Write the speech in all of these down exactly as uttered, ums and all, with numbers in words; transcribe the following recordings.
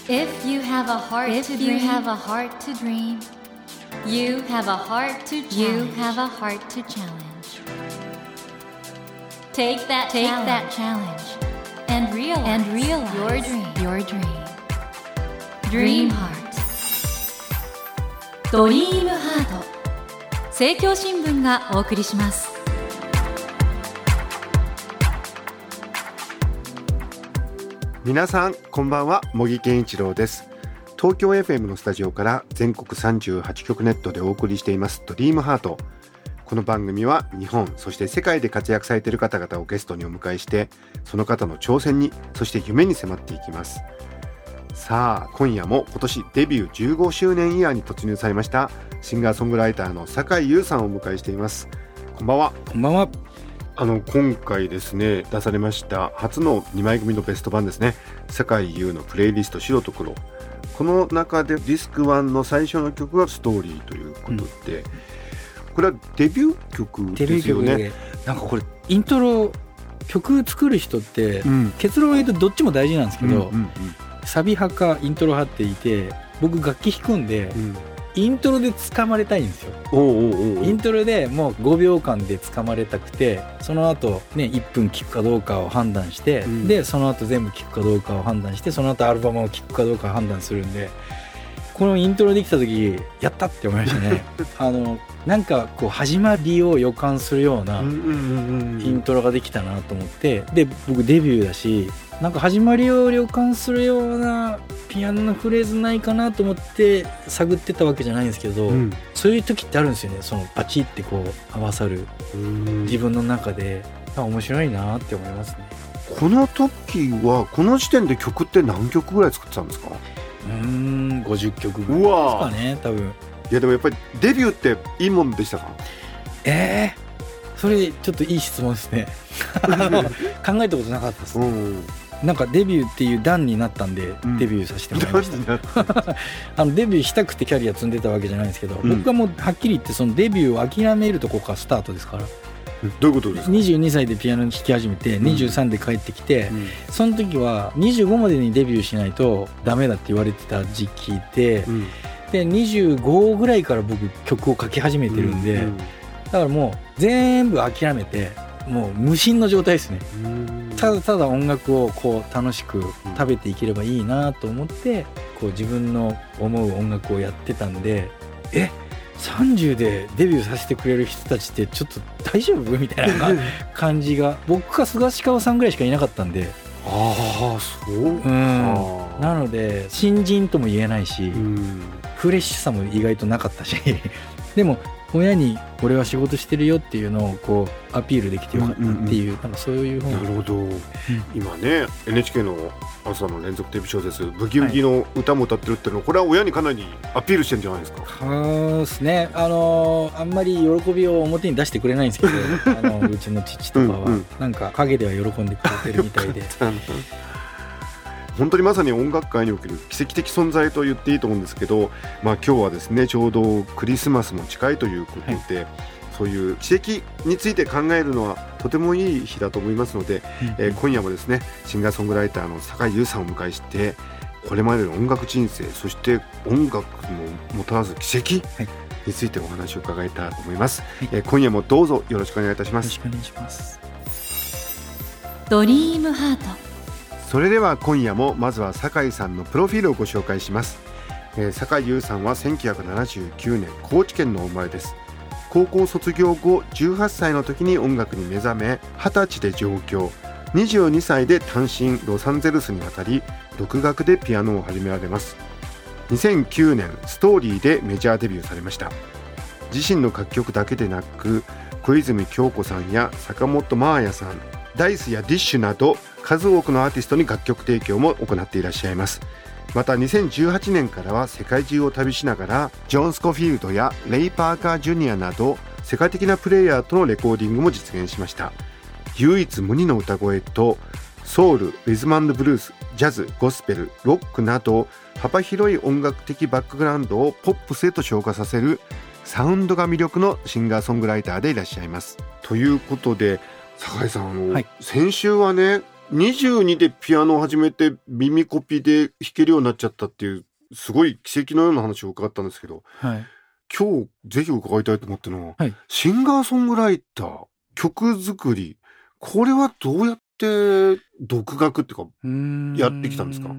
If you have a heart to dream, you have a heart to dream. You have a heart to challenge. You have a heart to challenge. Take that Take challenge. that challenge and realize, and realize your dream. Your dream. Dream Heart. ドリームハート。政教新聞がお送りします。 皆さんこんばんは、茂木健一郎です。東京 エフエム のスタジオから全国さんじゅうはちきょくネットでお送りしていますドリームハート。この番組は日本そして世界で活躍されている方々をゲストにお迎えして、その方の挑戦にそして夢に迫っていきます。さあ今夜も今年デビューじゅうごしゅうねんイヤーに突入されましたシンガーソングライターの酒井優さんをお迎えしています。こんばんは。 こんばんは。 あの今回ですね出されました初のにまい組のベスト版ですね、酒井優のプレイリスト白と黒。この中でディスクワンの最初の曲がストーリーということで、うん、これはデビュー曲ですよね。 デビュー曲でなんかこれイントロ曲作る人って、うん、結論を言うとどっちも大事なんですけど、うんうんうん、サビ派かイントロ派っていて、僕楽器弾くんで、うん、イントロで掴まれたいんですよ。 おうおうおうおう。 イントロでもうごびょうかんで掴まれたくて、その後ねいっぷん聴くかどうかを判断して、うん、でその後全部聴くかどうかを判断して、その後アルバムを聴くかどうかを判断するんで、このイントロできた時やったって思いましたねあのなんかこう始まりを予感するようなイントロができたなと思って、で僕デビューだし、なんか始まりを予感するようなピアノのフレーズないかなと思って探ってたわけじゃないんですけど、うん、そういう時ってあるんですよね。そのバチってこう合わさる自分の中で面白いなって思いますね。 この時はこの時点で曲って何曲ぐらい作ってたんですか？ うーんごじゅっきょくぐらいですかね多分。 いやでもやっぱりデビューっていいもんでしたか？ えー、それちょっといい質問ですね考えたことなかったですね、うん、なんかデビューっていう段になったんで、うん、デビューさせてもらいましたあのデビューしたくてキャリア積んでたわけじゃないんですけど、うん、僕はもうはっきり言ってそのデビューを諦めるとこからスタートですから。 どういうことですか？ にじゅうにさいでピアノ弾き始めて、うん、にじゅうさんで帰ってきて、うん、その時はにじゅうごまでにデビューしないとダメだって言われてた時期で、うん、でにじゅうごぐらいから僕曲を書き始めてるんで、うんうん、だからもう全部諦めてもう無心の状態ですね。ただただ音楽をこう楽しく食べていければいいなと思ってこう自分の思う音楽をやってたんで、えさんじゅうでデビューさせてくれる人たちってちょっと大丈夫みたいな感じが僕か菅氏川さんぐらいしかいなかったんで。 ああそう、うん、 なので新人とも言えないし、うん、フレッシュさも意外となかったしでも親に俺は仕事してるよっていうのをこうアピールできてよかったっていう、うんうん、なんかそういう風な。 なるほど、うん、今ね エヌエイチケー の朝の連続テレビ小説ブギウギの歌も歌ってるっていうのは、これは親にかなりアピールしてるんじゃないですか？ そうですね、あのー、あんまり喜びを表に出してくれないんですけどあのうちの父とかは、うんうん、なんか陰では喜んでくれてるみたいで本当にまさに音楽界における奇跡的存在と言っていいと思うんですけど、まあ、今日はですねちょうどクリスマスも近いということで、はい、そういう奇跡について考えるのはとてもいい日だと思いますので、うんえー、今夜もですねシンガーソングライターの酒井優さんをお迎えして、これまでの音楽人生そして音楽のもたらす奇跡についてお話を伺いたいと思います、はいえー、今夜もどうぞよろしくお願いいたします。 よろしくお願いします。 ドリームハート。 それでは今夜もまずは酒井さんのプロフィールをご紹介します、えー、酒井優さんはせんきゅうひゃくななじゅうきゅうねん高知県のお生まれです。高校卒業後じゅうはっさいの時に音楽に目覚め、はたちで上京、にじゅうにさいで単身ロサンゼルスに渡り独学でピアノを始められます。にせんきゅうねんストーリーでメジャーデビューされました。自身の楽曲だけでなく小泉京子さんや坂本真綾さん、ダイスやディッシュなど数多くのアーティストに楽曲提供も行っていらっしゃいます。またにせんじゅうはちねんからは世界中を旅しながらジョン・スコフィールドやレイ・パーカー・ジュニアなど世界的なプレイヤーとのレコーディングも実現しました。唯一無二の歌声とソウル、リズム&ブルース、ジャズ、ゴスペル、ロックなど幅広い音楽的バックグラウンドをポップスへと昇華させるサウンドが魅力のシンガーソングライターでいらっしゃいます。ということで酒井さん、あの、はい、先週はねにじゅうにでピアノを始めて耳コピで弾けるようになっちゃったっていうすごい奇跡のような話を伺ったんですけど、 はい、 今日ぜひ伺いたいと思ってるのは、 はい、 シンガーソングライター、曲作り、これはどうやって独学っていうかやってきたんですか？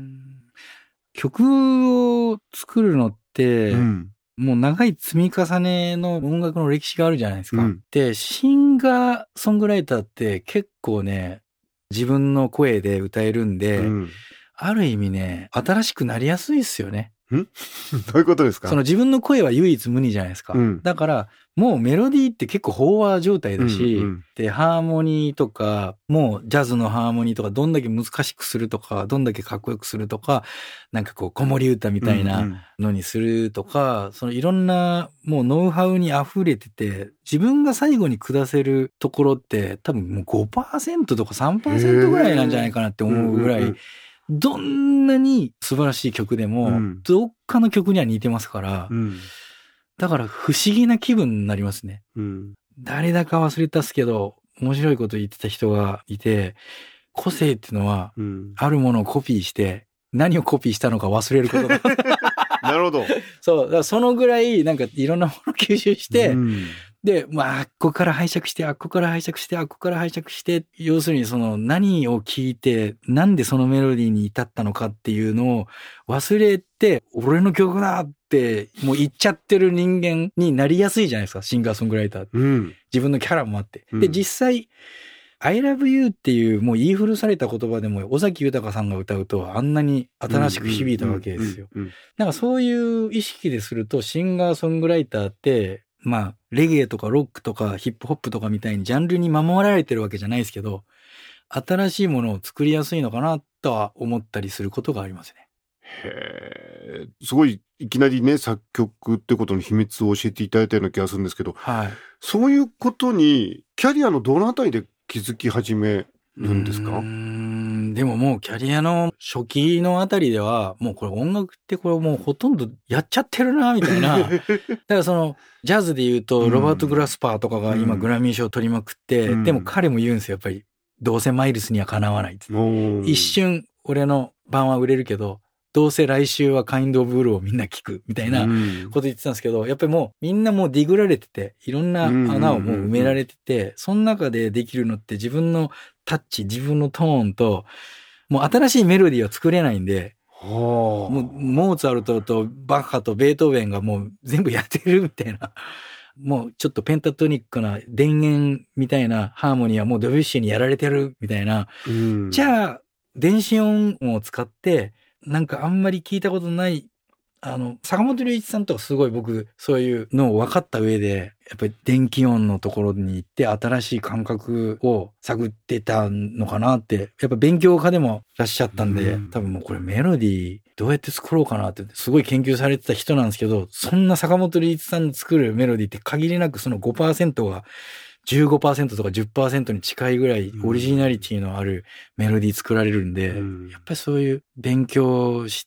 曲を作るのって、うん、もう長い積み重ねの音楽の歴史があるじゃないですか。うん、で、シンガーソングライターって結構ね、自分の声で歌えるんで、うん、ある意味ね、新しくなりやすいですよね。 んどういうことですか？ その自分の声は唯一無二じゃないですか。うん、だから、もうメロディーって結構飽和状態だし、うんうん、で、ハーモニーとか、もうジャズのハーモニーとか、どんだけ難しくするとか、どんだけかっこよくするとか、なんかこう、子守歌みたいなのにするとか、うんうん、そのいろんなもうノウハウに溢れてて、自分が最後に下せるところって多分もう ごパーセント とか さんパーセント ぐらいなんじゃないかなって思うぐらい、どんなに素晴らしい曲でも、うん、どっかの曲には似てますから、うん、だから不思議な気分になりますね。うん、誰だか忘れたっすけど、面白いこと言ってた人がいて、個性っていうのは、うん、あるものをコピーして、何をコピーしたのか忘れることだ。 なるほど。 そう、だからそのぐらい、なんかいろんなものを吸収して、うん、で、まあ、あっこから拝借して、あっこから拝借して、あっこから拝借して、要するにその何を聞いて、なんでそのメロディーに至ったのかっていうのを忘れて、俺の曲だってもう言っちゃってる人間になりやすいじゃないですか、シンガーソングライターって。うん、自分のキャラもあって。で、うん、実際、I love you っていうもう言い古された言葉でも尾崎豊さんが歌うとあんなに新しく響いたわけですよ。なんかそういう意識でするとシンガーソングライターってまあレゲエとかロックとかヒップホップとかみたいにジャンルに守られてるわけじゃないですけど新しいものを作りやすいのかなとは思ったりすることがありますね。 へー、すごいいきなりね作曲ってことの秘密を教えていただいたような気がするんですけど、はい、そういうことにキャリアのどのあたりで気づき始めるんですか？うーん、でももうキャリアの初期のあたりではもうこれ音楽ってこれもうほとんどやっちゃってるなみたいなだからそのジャズで言うとロバート・グラスパーとかが今グラミー賞を取りまくって、うん、でも彼も言うんですよやっぱりどうせマイルスにはかなわないって、うん、一瞬俺の版は売れるけどどうせ来週はカインドオブブルーをみんな聞くみたいなこと言ってたんですけど、やっぱりもうみんなもうディグられてて、いろんな穴をもう埋められてて、その中でできるのって自分のタッチ、自分のトーンと、もう新しいメロディーは作れないんで、もうモーツァルトとバッハとベートーベンがもう全部やってるみたいな。もうちょっとペンタトニックな田園みたいなハーモニーはもうドビュッシーにやられてるみたいな。じゃあ、電子音を使って、なんかあんまり聞いたことない、あの、坂本龍一さんとかすごい僕、そういうのを分かった上で、やっぱり電気音のところに行って新しい感覚を探ってたのかなって、やっぱ勉強家でもいらっしゃったんで、多分もうこれメロディーどうやって作ろうかなって、すごい研究されてた人なんですけど、そんな坂本龍一さんの作るメロディーって限りなくその ごパーセント が、じゅうごパーセント とか じゅっパーセント に近いぐらいオリジナリティのあるメロディー作られるんで、うん、やっぱりそういう勉強して、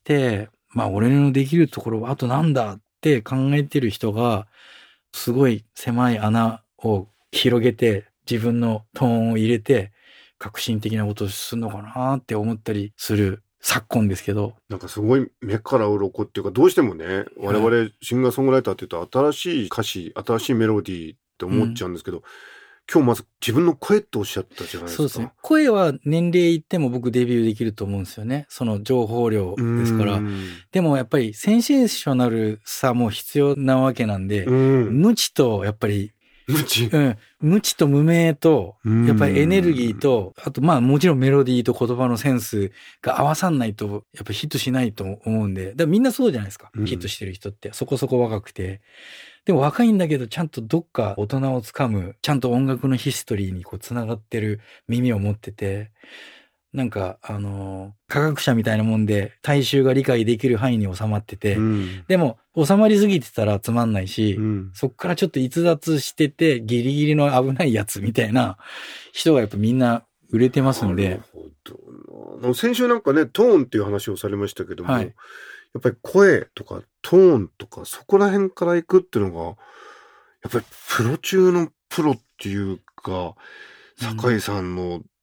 まあ俺のできるところはあとなんだって考えてる人が、すごい狭い穴を広げて自分のトーンを入れて革新的なことをするのかなって思ったりする昨今ですけど。 なんかすごい目から鱗っていうかどうしてもね、我々シンガーソングライターって言うと新しい歌詞、新しいメロディーって思っちゃうんですけど、うん、今日まず自分の声っておっしゃったじゃないですか。 そうですね。声は年齢いっても僕デビューできると思うんですよね。その情報量ですから。でもやっぱりセンセーショナルさも必要なわけなんで、ん無知とやっぱり、 無知、 うん、無知と無名と、やっぱりエネルギーと、あとまあもちろんメロディーと言葉のセンスが合わさんないと、やっぱヒットしないと思うんで、だからみんなそうじゃないですか。ヒットしてる人って、そこそこ若くて。でも若いんだけど、ちゃんとどっか大人をつかむ、ちゃんと音楽のヒストリーにこう繋がってる耳を持ってて、なんか、あのー、科学者みたいなもんで、大衆が理解できる範囲に収まってて、うん、でも、収まりすぎてたらつまんないし、うん、そっからちょっと逸脱してて、ギリギリの危ないやつみたいな人がやっぱみんな売れてますんで。なるほどな。先週なんかね、トーンっていう話をされましたけども、はい、やっぱり声とかトーンとかそこら辺から行くっていうのがやっぱりプロ中のプロっていうか、酒井さんの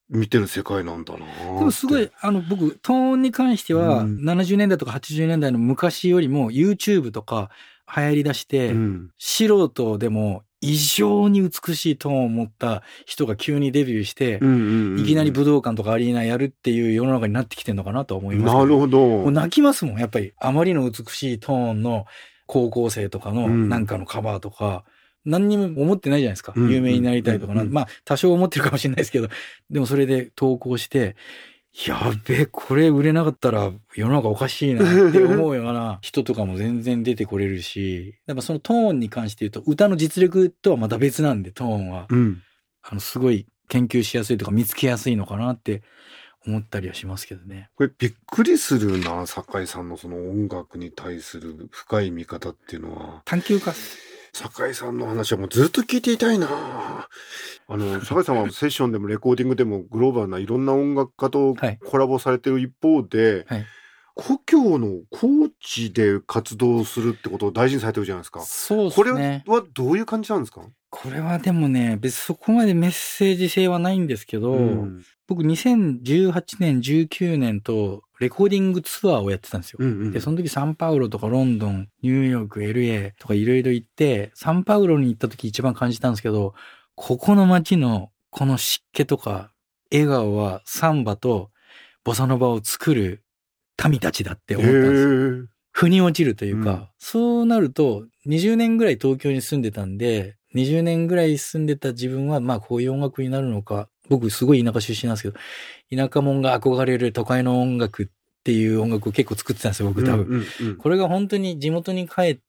見てる世界なんだな。 でもすごい、あの、僕、トーンに関しては、 うん、 ななじゅうねんだいとかはちじゅうねんだいの昔よりも YouTube とか流行り出して、うん、素人でも異常に美しいトーンを持った人が急にデビューして、うんうんうんうん、いきなり武道館とかアリーナやるっていう世の中になってきてるのかなと思います、ね。 なるほど。 もう泣きますもん、やっぱり。あまりの美しいトーンの高校生とかのなんかのカバーとか、うん、何にも思ってないじゃないですか。うん、有名になりたいとかな、うんうん、まあ多少思ってるかもしれないですけど、でもそれで投稿して、やべえ、これ売れなかったら世の中おかしいなって思うような人とかも全然出てこれるし、やっぱそのトーンに関して言うと、歌の実力とはまた別なんで、トーンは。うん、あの、すごい研究しやすいとか見つけやすいのかなって思ったりはしますけどね。 これびっくりするな、酒井さんのその音楽に対する深い見方っていうのは。 探求家。 酒井さんの話はもうずっと聞いていたいな。あの酒井さんはセッションでもレコーディングでもグローバルないろんな音楽家とコラボされてる一方で、はいはい、故郷の高知で活動するってことを大事にされてるじゃないですか。 そうですね。 これはどういう感じなんですか？ これはでもね、別にそこまでメッセージ性はないんですけど、うん、僕にせんじゅうはちねん、じゅうきゅうねんとレコーディングツアーをやってたんですよ。うんうん、で、その時サンパウロとかロンドン、ニューヨーク、エルエー とかいろいろ行って、サンパウロに行った時一番感じたんですけど、ここの街のこの湿気とか笑顔はサンバとボサノバを作る民たちだって思ったんですよ。腑に落ちるというか、うん、そうなるとにじゅうねんぐらい東京に住んでたんで、にじゅうねんぐらい住んでた自分は、まあこういう音楽になるのか、僕すごい田舎出身なんですけど、田舎者が憧れる都会の音楽っていう音楽を結構作ってたんですよ、僕多分。うんうんうん、これが本当に地元に帰って、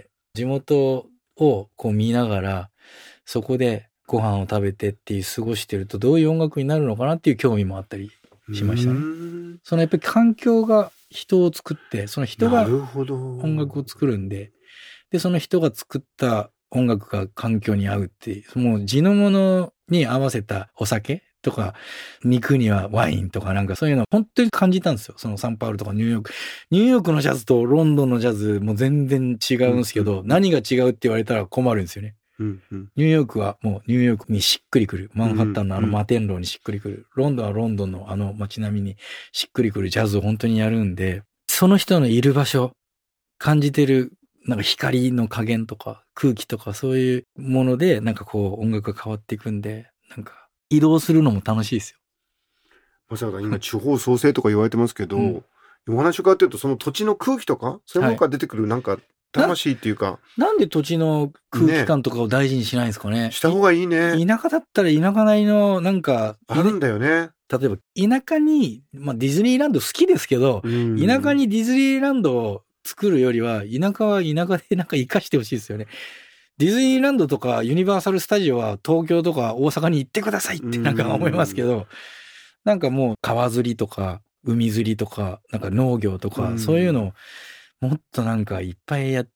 地元をこう見ながら、そこでご飯を食べてっていう過ごしてるとどういう音楽になるのかなっていう興味もあったりしましたね。そのやっぱり環境が人を作って、その人が音楽を作るんで、で、その人が作った音楽が環境に合うっていう、もう地のものに合わせたお酒とか、肉にはワインとかなんかそういうのを本当に感じたんですよ。そのサンパウロとかニューヨーク。ニューヨークのジャズとロンドンのジャズも全然違うんですけど、うんうん、何が違うって言われたら困るんですよね。うんうん、ニューヨークはもうニューヨークにしっくりくる。マンハッタンのあの摩天楼にしっくりくる。うんうん、ロンドンはロンドンのあの街並みにしっくりくるジャズを本当にやるんで、その人のいる場所、感じてるなんか光の加減とか空気とかそういうものでなんかこう音楽が変わっていくんで、なんか移動するのも楽しいですよ。 まさか今地方創生とか言われてますけど、うん、お話を伺ってるとその土地の空気とかそういうものから出てくるなんか魂っていうかな, なんで土地の空気感とかを大事にしないんですかね。 した方がいいね。 田舎だったら田舎なりのなんかあるんだよね。 例えば田舎に、まあ、ディズニーランド好きですけど、うん、田舎にディズニーランドを作るよりは田舎は田舎でなんか生かしてほしいですよね。ディズニーランドとかユニバーサルスタジオは東京とか大阪に行ってくださいってなんか思いますけど、んなんかもう川釣りとか海釣りとかなんか農業とかそういうのをもっとなんかいっぱいやって、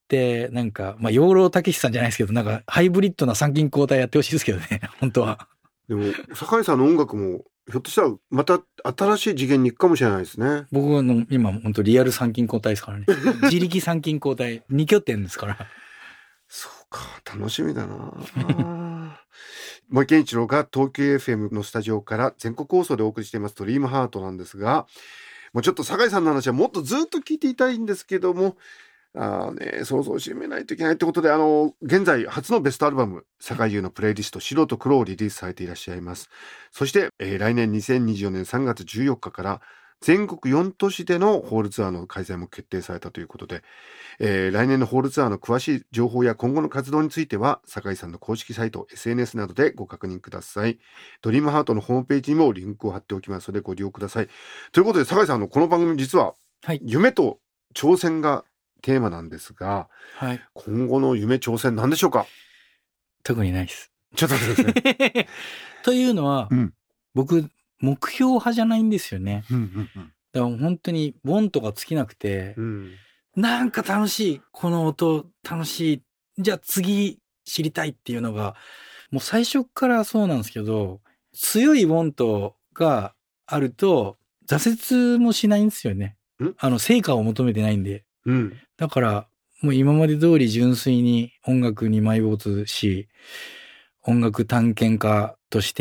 なんかまあ養老孟司さんじゃないですけど、なんかハイブリッドな参勤交代やってほしいですけどね、本当は。 でも酒井さんの音楽もひょっとしたらまた新しい次元に行くかもしれないですね。 僕の今本当リアル参勤交代ですからね。自力参勤交代に拠点ですから。 そうか、楽しみだな。森健一郎が東京 エフエム のスタジオから全国放送でお送りしていますドリームハートなんですが、もうちょっと酒井さんの話はもっとずっと聞いていたいんですけども、あね、想像してみないといけないってことで、あの現在初のベストアルバム酒井優のプレイリスト白と黒をリリースされていらっしゃいます。そして、えー、来年にせんにじゅうよねんさんがつじゅうよっかから全国よん都市でのホールツアーの開催も決定されたということで、えー、来年のホールツアーの詳しい情報や今後の活動については酒井さんの公式サイト エスエヌエス などでご確認ください。ドリームハートのホームページにもリンクを貼っておきますのでご利用ください。ということで酒井さんのこの番組実は夢と挑戦がテーマなんですが、はい、今後の夢挑戦何でしょうか？ 特にないです。 ちょっと待ってください。 というのは、うん、僕目標派じゃないんですよね。うんうんうん、だから本当にボンとか尽きなくて、うん、なんか楽しい、この音楽しい、じゃあ次知りたいっていうのがもう最初からそうなんですけど、強いボントがあると挫折もしないんですよね。あの成果を求めてないんで。うん、だからもう今まで通り純粋に音楽に埋没し、音楽探検家として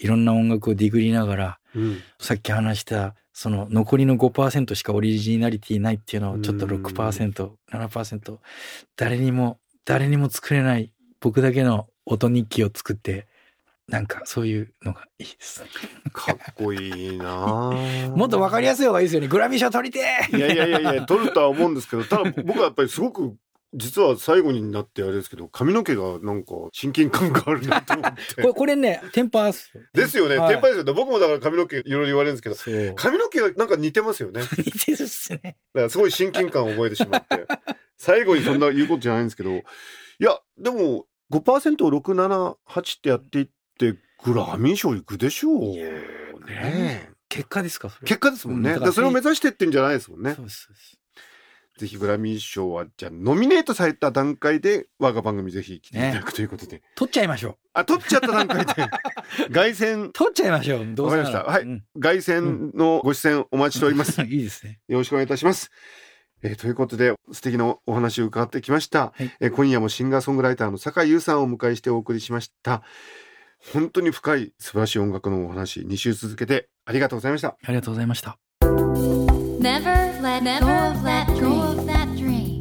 いろんな音楽をディグりながら、 うん、 さっき話したその残りの ごパーセント しかオリジナリティないっていうのをちょっと ろくパーセント、ななパーセント 誰にも誰にも作れない僕だけの音日記を作って、なんかそういうのがいいです。 かっこいいなもっと分かりやすい方がいいですよね。グラミー賞取りてーいやいやいやいや取るとは思うんですけど、ただ僕はやっぱりすごく実は最後になってあれですけど、髪の毛がなんか親近感があるなと思ってこれこれねテンパースですよね、 はい、 テンパーですよね。僕もだから髪の毛いろいろ言われるんですけど、髪の毛がなんか似てますよね。 似てるっすね。 だからすごい親近感を覚えてしまって最後にそんな言うことじゃないんですけど、いやでも ごパーセント をろく、なな、はちってやっていってグラミー賞行くでしょうね。 結果ですかそれ。 結果ですもんね、うん、だからそれを目指してってんじゃないですもんね。 そうですそうです。 ぜひグラミー賞はじゃあノミネートされた段階で我が番組ぜひ来ていただくということで、ね、 取っちゃいましょう。 あ、取っちゃった段階で凱旋取っちゃいましょう。どうせなら。 わかりました。はい、 うん、 凱旋のご出演お待ちしております、 いいですね。 よろしくお願いいたします。えー、ということで素敵なお話を伺ってきました、はい。えー、今夜もシンガーソングライターの酒井優さんをお迎えしてお送りしました。本当に深い素晴らしい音楽のお話に週続けてありがとうございました。 ありがとうございました。 Never let go of that dream.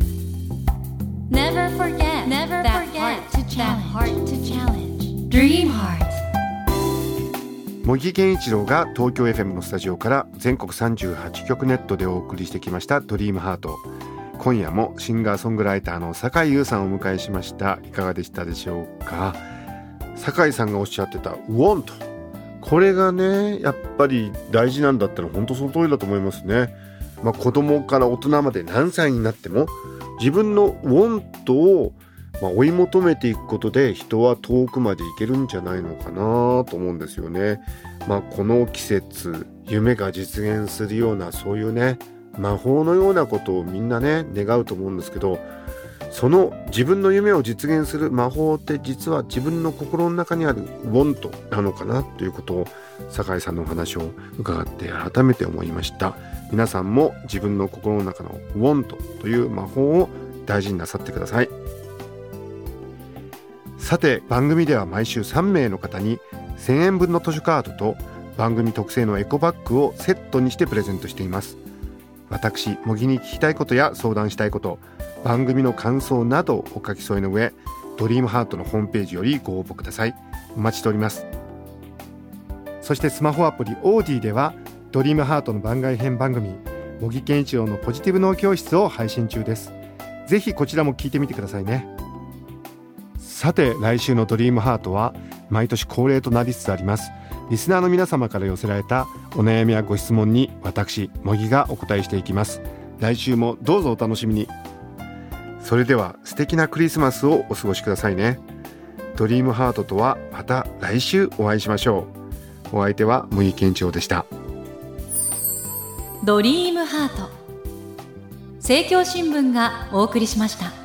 Never forget Never that heart to challenge. Dream Heart. 茂木健一郎が東京 エフエム のスタジオから全国さんじゅうはちきょくネットでお送りしてきましたドリームハート。今夜もシンガーソングライターの酒井優さんをお迎えしました。いかがでしたでしょうか。酒井さんがおっしゃってた Want、 これがねやっぱり大事なんだったら本当その通りだと思いますね。まあ、子供から大人まで何歳になっても自分の Want をまあ追い求めていくことで人は遠くまで行けるんじゃないのかなと思うんですよね。まあ、この季節夢が実現するようなそういうね魔法のようなことをみんなね願うと思うんですけど、その自分の夢を実現する魔法って実は自分の心の中にある Want なのかなということを酒井さんのお話を伺って改めて思いました。皆さんも自分の心の中の Want という魔法を大事になさってください。さて番組では毎週さんめいの方にせんえんぶんの図書カードと番組特製のエコバッグをセットにしてプレゼントしています。私茂木に聞きたいことや相談したいこと、番組の感想などをお書き添えの上、ドリームハートのホームページよりご応募ください。お待ちしております。そしてスマホアプリオーディではドリームハートの番外編番組茂木健一郎のポジティブ脳教室を配信中です。ぜひこちらも聞いてみてくださいね。さて来週のドリームハートは毎年恒例となりつつありますリスナーの皆様から寄せられたお悩みやご質問に私茂木がお答えしていきます。来週もどうぞお楽しみに。それでは素敵なクリスマスをお過ごしくださいね。ドリームハートとはまた来週お会いしましょう。お相手は茂木健一郎でした。 ドリームハート、政教新聞がお送りしました。